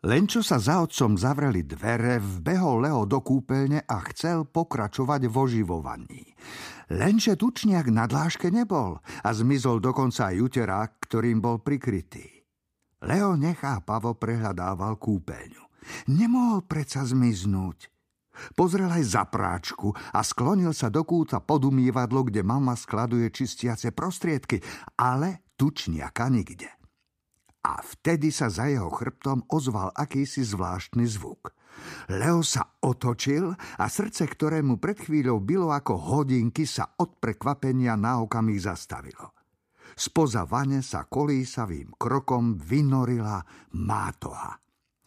Len čo sa za otcom zavreli dvere, vbehol Leo do kúpeľne a chcel pokračovať v oživovaní. Lenže tučniak na dláške nebol a zmizol dokonca aj uterák, ktorým bol prikrytý. Leo nechápavo prehľadával kúpeľňu. Nemohol predsa zmiznúť. Pozrel aj za práčku a sklonil sa do kúta pod umývadlo, kde mama skladuje čistiace prostriedky, ale tučniaka nikde. A vtedy sa za jeho chrbtom ozval akýsi zvláštny zvuk. Leo sa otočil a srdce, ktorému pred chvíľou bilo ako hodinky, sa od prekvapenia na okamih zastavilo. Spoza vane sa kolísavým krokom vynorila mátoha.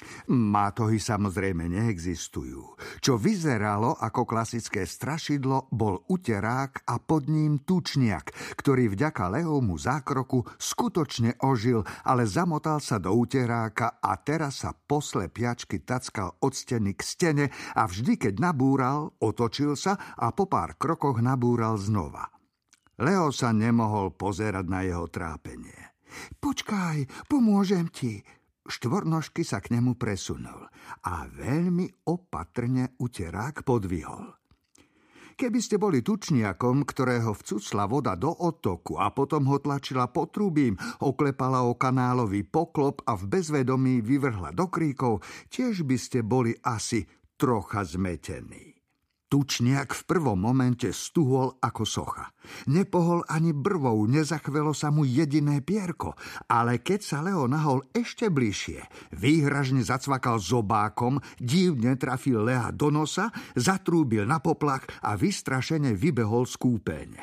Mátohy samozrejme neexistujú. Čo vyzeralo ako klasické strašidlo, bol uterák a pod ním tučniak, ktorý vďaka Leovmu zákroku skutočne ožil, ale zamotal sa do uteráka a teraz sa posle piačky tackal od steny k stene a vždy, keď nabúral, otočil sa a po pár krokoch nabúral znova. Leo sa nemohol pozerať na jeho trápenie. Počkaj, pomôžem ti. Štvornožky sa k nemu presunul a veľmi opatrne uterák podvihol. Keby ste boli tučniakom, ktorého vcucla voda do odtoku a potom ho tlačila potrubím, oklepala o kanálový poklop a v bezvedomí vyvrhla do kríkov, tiež by ste boli asi trocha zmetení. Tučniak v prvom momente stuhol ako socha. Nepohol ani brvou, nezachvelo sa mu jediné pierko, ale keď sa Leo nahol ešte bližšie, výhražne zacvakal zobákom, divne trafil Lea do nosa, zatrúbil na poplach a vystrašene vybehol z kúpeľne.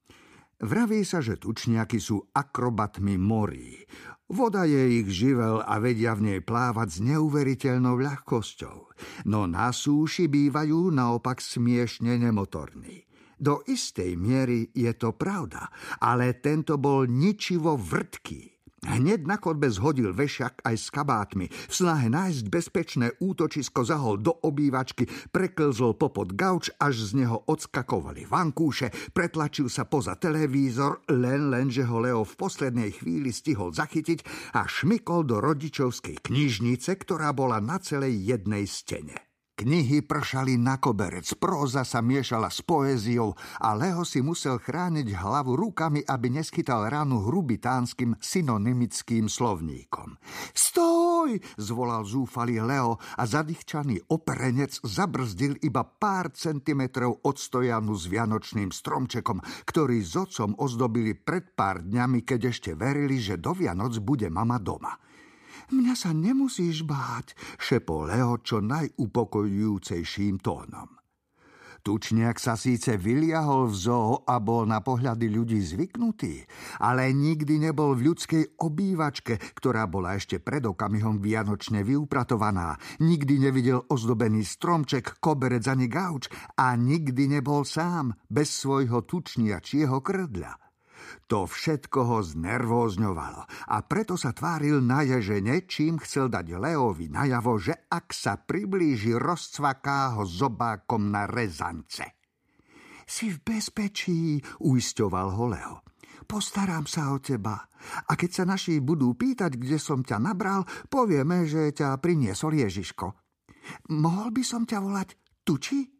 Vraví sa, že tučniaky sú akrobatmi morí. Voda je ich živel a vedia v nej plávať s neuveriteľnou ľahkosťou. No na súši bývajú naopak smiešne nemotorní. Do istej miery je to pravda, ale tento bol ničivo vrtký. Hneď na chodbe zhodil vešak aj s kabátmi. V snahe nájsť bezpečné útočisko zahol do obývačky, preklzol popod gauč, až z neho odskakovali vankúše, pretlačil sa poza televízor, lenže ho Leo v poslednej chvíli stihol zachytiť a šmykol do rodičovskej knižnice, ktorá bola na celej jednej stene. Knihy pršali na koberec, próza sa miešala s poéziou a Leo si musel chrániť hlavu rukami, aby neschytal ránu hrubitánskym synonymickým slovníkom. Stoj! Zvolal zúfalý Leo a zadýchčaný operenec zabrzdil iba pár centimetrov od stojanu s vianočným stromčekom, ktorý s otcom ozdobili pred pár dňami, keď ešte verili, že do Vianoc bude mama doma. Mňa sa nemusíš báť, šepol Leo čo najupokojujúcejším tónom. Tučniak sa síce vyliahol v zoo a bol na pohľady ľudí zvyknutý, ale nikdy nebol v ľudskej obývačke, ktorá bola ešte pred okamihom vianočne vyupratovaná. Nikdy nevidel ozdobený stromček, koberec ani gauč a nikdy nebol sám, bez svojho tučniačieho krdľa. To všetko ho znervózňovalo a preto sa tváril naježene, čím chcel dať Leovi najavo, že ak sa priblíži, rozcvaká ho zobákom na rezance. Si v bezpečí, uisťoval ho Leo. Postarám sa o teba a keď sa naši budú pýtať, kde som ťa nabral, povieme, že ťa priniesol Ježiško. Mohol by som ťa volať Tuči?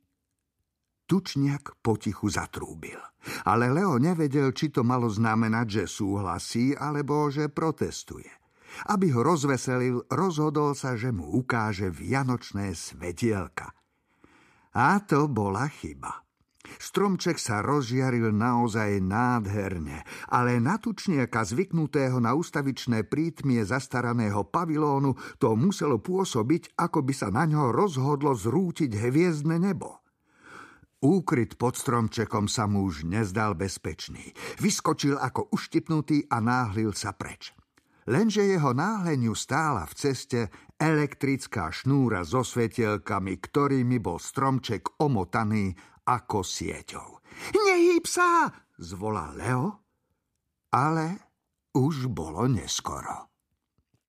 Tučniak potichu zatrúbil. Ale Leo nevedel, či to malo znamenať, že súhlasí, alebo že protestuje. Aby ho rozveselil, rozhodol sa, že mu ukáže vianočné svetielka. A to bola chyba. Stromček sa rozžiaril naozaj nádherne, ale na tučniaka zvyknutého na ustavičné prítmie zastaraného pavilónu to muselo pôsobiť, ako by sa na ňo rozhodlo zrútiť hviezdne nebo. Úkryt pod stromčekom sa mu už nezdal bezpečný. Vyskočil ako uštipnutý a náhlil sa preč. Lenže jeho náhleniu stála v ceste elektrická šnúra so svetielkami, ktorými bol stromček omotaný ako sieťou. Nehýb sa! Zvolal Leo, ale už bolo neskoro.